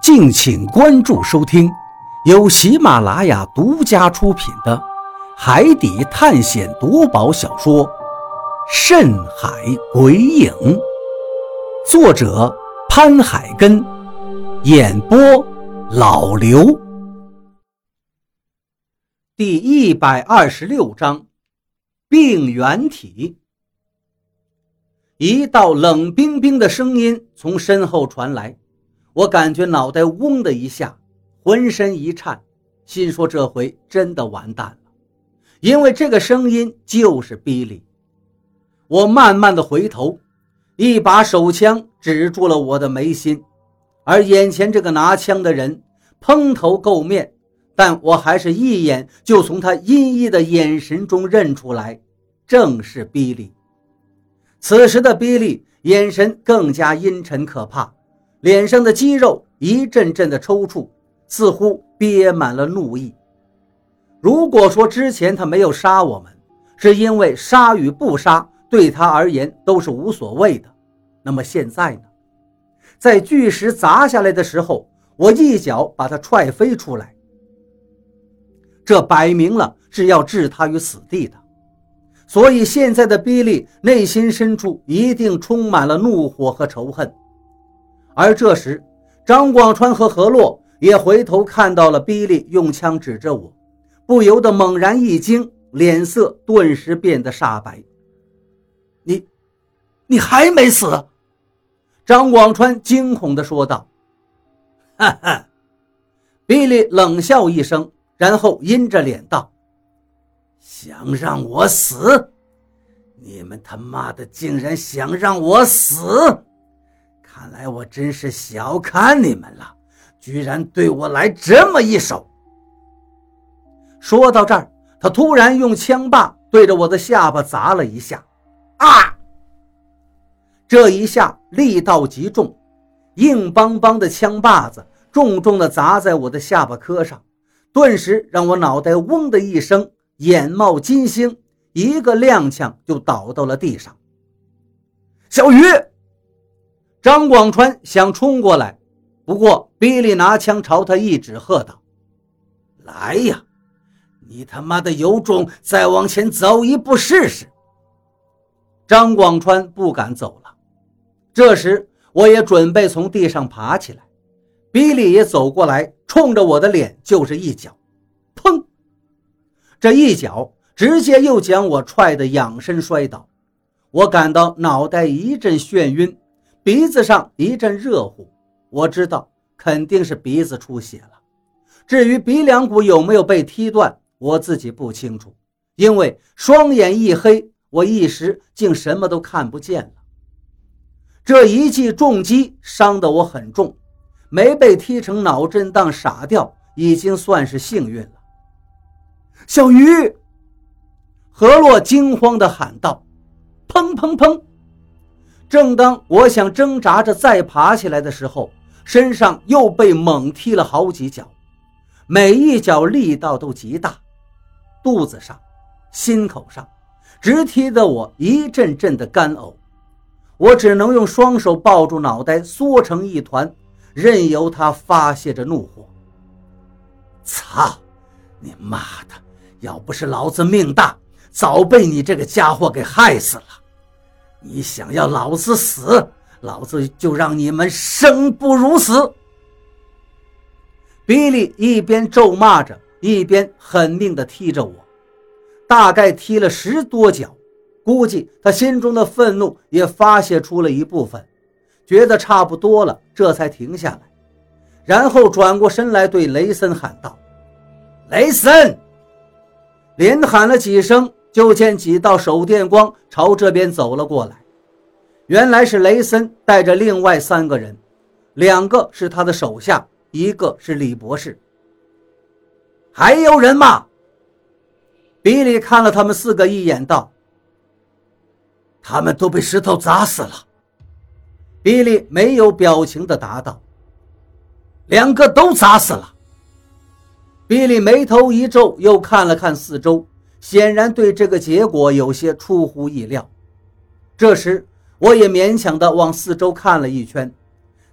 敬请关注收听，由喜马拉雅独家出品的海底探险夺宝小说《深海鬼影》，作者潘海根，演播老刘。第126章，病原体。一道冷冰冰的声音从身后传来，我感觉脑袋嗡的一下，浑身一颤，心说这回真的完蛋了，因为这个声音就是比利。我慢慢的回头，一把手枪指住了我的眉心，而眼前这个拿枪的人蓬头垢面，但我还是一眼就从他阴翳的眼神中认出来，正是比利。此时的比利眼神更加阴沉可怕，脸上的肌肉一阵阵的抽搐，似乎憋满了怒意。如果说之前他没有杀我们，是因为杀与不杀对他而言都是无所谓的，那么现在呢？在巨石砸下来的时候，我一脚把他踹飞出来，这摆明了是要置他于死地的。所以现在的比利内心深处一定充满了怒火和仇恨。而这时张广川和何洛也回头看到了比利用枪指着我，不由得猛然一惊，脸色顿时变得煞白。你还没死？张广川惊恐地说道。哈哈，比利冷笑一声，然后阴着脸道，想让我死？你们他妈的竟然想让我死！看来我真是小看你们了，居然对我来这么一手。说到这儿，他突然用枪把对着我的下巴砸了一下。啊！这一下力道极重，硬邦邦的枪把子重重地砸在我的下巴颏上，顿时让我脑袋嗡的一声，眼冒金星，一个踉跄就倒到了地上。小鱼！张广川想冲过来，不过比利拿枪朝他一指，喝道，来呀，你他妈的有种再往前走一步试试。张广川不敢走了。这时我也准备从地上爬起来，比利也走过来，冲着我的脸就是一脚，砰！这一脚直接又将我踹得仰身摔倒，我感到脑袋一阵眩晕，鼻子上一阵热乎，我知道肯定是鼻子出血了。至于鼻梁骨有没有被踢断，我自己不清楚，因为双眼一黑，我一时竟什么都看不见了。这一记重击伤得我很重，没被踢成脑震荡傻掉，已经算是幸运了。小鱼！何洛惊慌地喊道，砰砰砰！正当我想挣扎着再爬起来的时候，身上又被猛踢了好几脚，每一脚力道都极大，肚子上、心口上，直踢得我一阵阵的干呕。我只能用双手抱住脑袋，缩成一团，任由他发泄着怒火。操你妈的，要不是老子命大，早被你这个家伙给害死了。你想要老子死，老子就让你们生不如死。比利一边咒骂着，一边狠命地踢着我，大概踢了10多脚，估计他心中的愤怒也发泄出了一部分，觉得差不多了，这才停下来，然后转过身来对雷森喊道，雷森！连喊了几声，就见几道手电光朝这边走了过来。原来是雷森带着另外3个人，2个是他的手下，1个是李博士。还有人吗？比利看了他们4个一眼道，他们都被石头砸死了。比利没有表情地答道，2个都砸死了。比利眉头一皱，又看了看四周，显然对这个结果有些出乎意料。这时我也勉强地往四周看了一圈，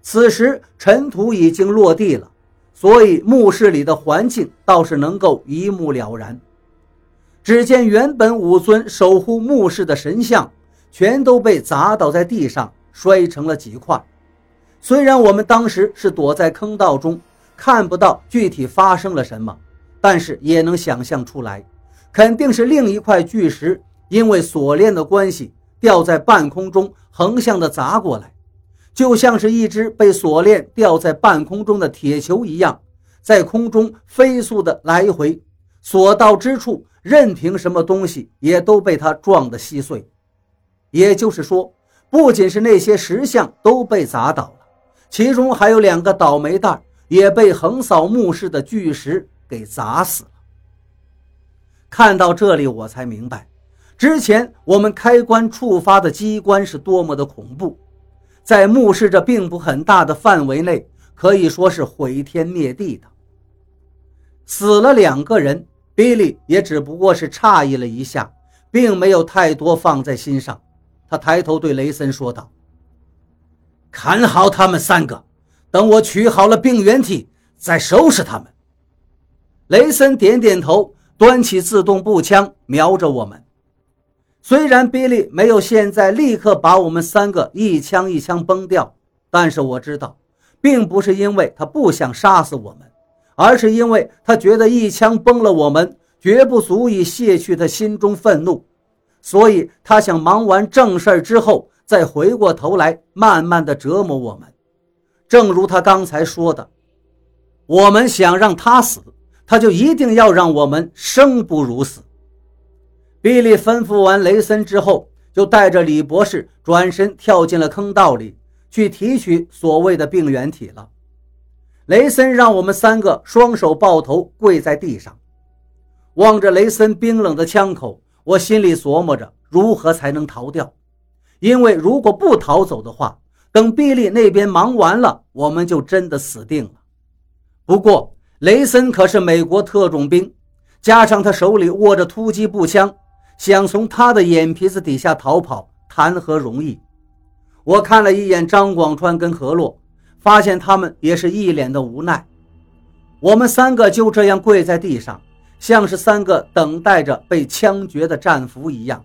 此时尘土已经落地了，所以墓室里的环境倒是能够一目了然。只见原本5尊守护墓室的神像全都被砸倒在地上，摔成了几块。虽然我们当时是躲在坑道中，看不到具体发生了什么，但是也能想象出来，肯定是另一块巨石因为锁链的关系掉在半空中，横向的砸过来，就像是一只被锁链吊在半空中的铁球一样，在空中飞速的来回，所到之处任凭什么东西也都被它撞得稀碎。也就是说，不仅是那些石像都被砸倒了，其中还有2个倒霉蛋也被横扫墓室的巨石给砸死了。看到这里我才明白，之前我们开关触发的机关是多么的恐怖，在墓室这并不很大的范围内，可以说是毁天灭地的。死了2个人，比利也只不过是诧异了一下，并没有太多放在心上。他抬头对雷森说道：看好他们3个，等我取好了病原体再收拾他们。雷森点点头，端起自动步枪瞄着我们。虽然比利没有现在立刻把我们3个一枪一枪崩掉，但是我知道并不是因为他不想杀死我们，而是因为他觉得一枪崩了我们绝不足以卸去他心中愤怒，所以他想忙完正事之后再回过头来慢慢的折磨我们。正如他刚才说的，我们想让他死，他就一定要让我们生不如死。比利吩咐完雷森之后，就带着李博士转身跳进了坑道里，去提取所谓的病原体了。雷森让我们3个双手抱头跪在地上，望着雷森冰冷的枪口，我心里琢磨着如何才能逃掉，因为如果不逃走的话，等比利那边忙完了，我们就真的死定了。不过雷森可是美国特种兵，加上他手里握着突击步枪，想从他的眼皮子底下逃跑谈何容易。我看了一眼张广川跟何洛，发现他们也是一脸的无奈。我们3个就这样跪在地上，像是3个等待着被枪决的战俘一样。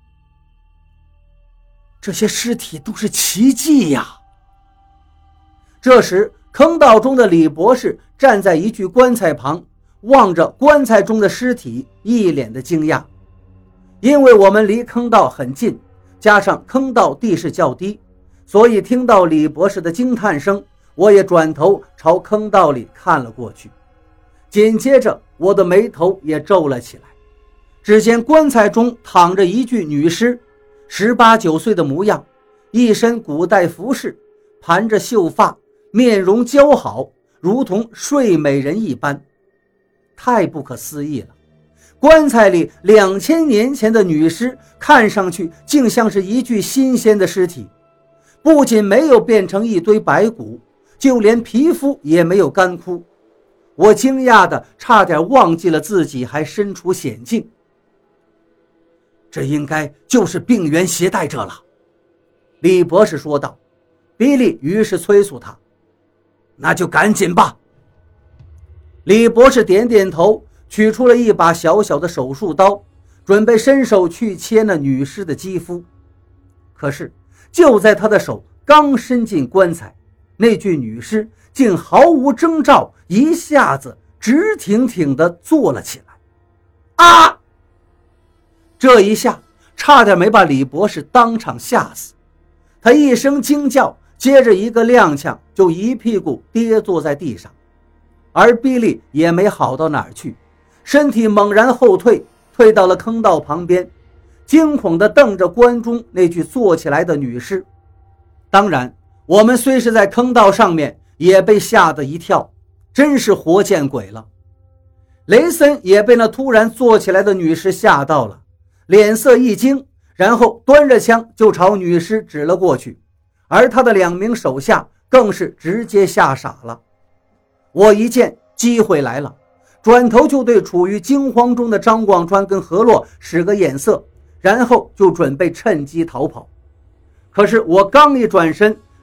这些尸体都是奇迹呀！这时坑道中的李博士站在一具棺材旁，望着棺材中的尸体，一脸的惊讶。因为我们离坑道很近，加上坑道地势较低，所以听到李博士的惊叹声，我也转头朝坑道里看了过去。紧接着我的眉头也皱了起来，只见棺材中躺着一具女尸，18、19岁的模样，一身古代服饰，盘着秀发，面容姣好，如同睡美人一般。太不可思议了，棺材里2000年前的女尸看上去竟像是一具新鲜的尸体，不仅没有变成一堆白骨，就连皮肤也没有干枯。我惊讶的差点忘记了自己还身处险境。这应该就是病原携带者了，李博士说道。比利于是催促他：那就赶紧吧。李博士点点头，取出了一把小小的手术刀，准备伸手去切那女尸的肌肤。可是就在他的手刚伸进棺材，那具女尸竟毫无征兆，一下子直挺挺地坐了起来。啊！这一下差点没把李博士当场吓死。他一声惊叫，接着一个踉跄，就一屁股跌坐在地上。而比利也没好到哪儿去，身体猛然后退，退到了坑道旁边，惊恐地瞪着棺中那具坐起来的女尸。当然，我们虽是在坑道上面，也被吓得一跳，真是活见鬼了。雷森也被那突然坐起来的女尸吓到了，脸色一惊，然后端着枪就朝女尸指了过去，而他的2名手下更是直接吓傻了。我一见机会来了，转头就对处于惊慌中的张广川跟何洛使个眼色，然后就准备趁机逃跑。可是我刚一转身，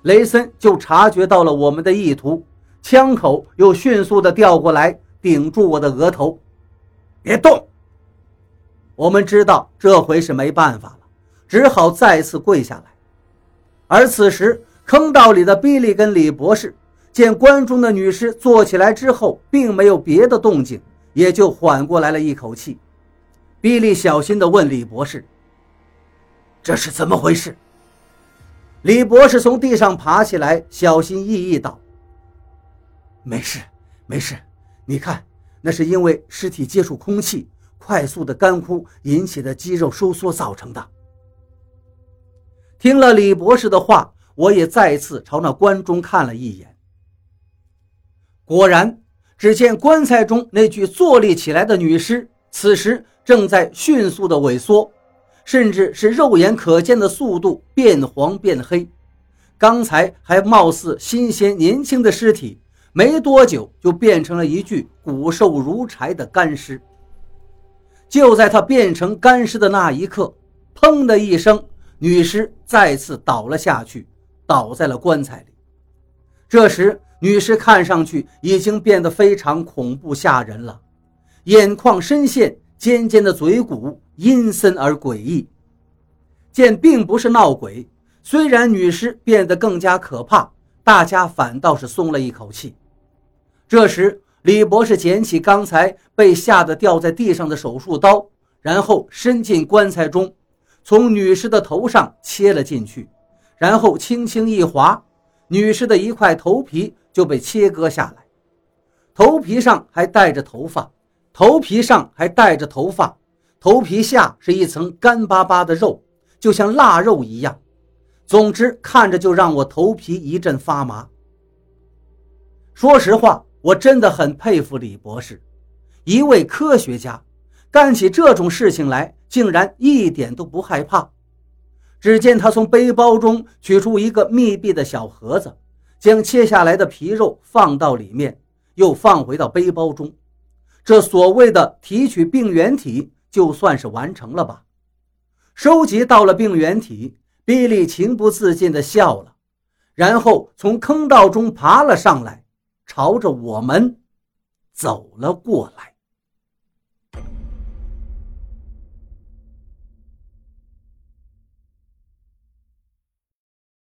雷森就察觉到了我们的意图，枪口又迅速地调过来，顶住我的额头。别动！我们知道这回是没办法了，只好再次跪下来。而此时坑道里的比利跟李博士见关中的女尸坐起来之后并没有别的动静，也就缓过来了一口气。比利小心地问李博士：这是怎么回事？李博士从地上爬起来，小心翼翼道：没事没事，你看，那是因为尸体接触空气快速的干枯引起的肌肉收缩造成的。听了李博士的话，我也再次朝那棺中看了一眼。果然，只见棺材中那具坐立起来的女尸此时正在迅速的萎缩，甚至是肉眼可见的速度变黄变黑。刚才还貌似新鲜年轻的尸体，没多久就变成了一具骨瘦如柴的干尸。就在它变成干尸的那一刻，砰的一声，女尸再次倒了下去，倒在了棺材里。这时女尸看上去已经变得非常恐怖吓人了，眼眶深陷，尖尖的嘴骨阴森而诡异。见并不是闹鬼，虽然女尸变得更加可怕，大家反倒是松了一口气。这时李博士捡起刚才被吓得掉在地上的手术刀，然后伸进棺材中，从女尸的头上切了进去，然后轻轻一划，女尸的一块头皮就被切割下来。头皮上还带着头发，头皮下是一层干巴巴的肉，就像腊肉一样。总之看着就让我头皮一阵发麻。说实话，我真的很佩服李博士，一位科学家干起这种事情来竟然一点都不害怕。只见他从背包中取出一个密闭的小盒子，将切下来的皮肉放到里面，又放回到背包中。这所谓的提取病原体就算是完成了吧。收集到了病原体，比利情不自禁地笑了，然后从坑道中爬了上来，朝着我们走了过来。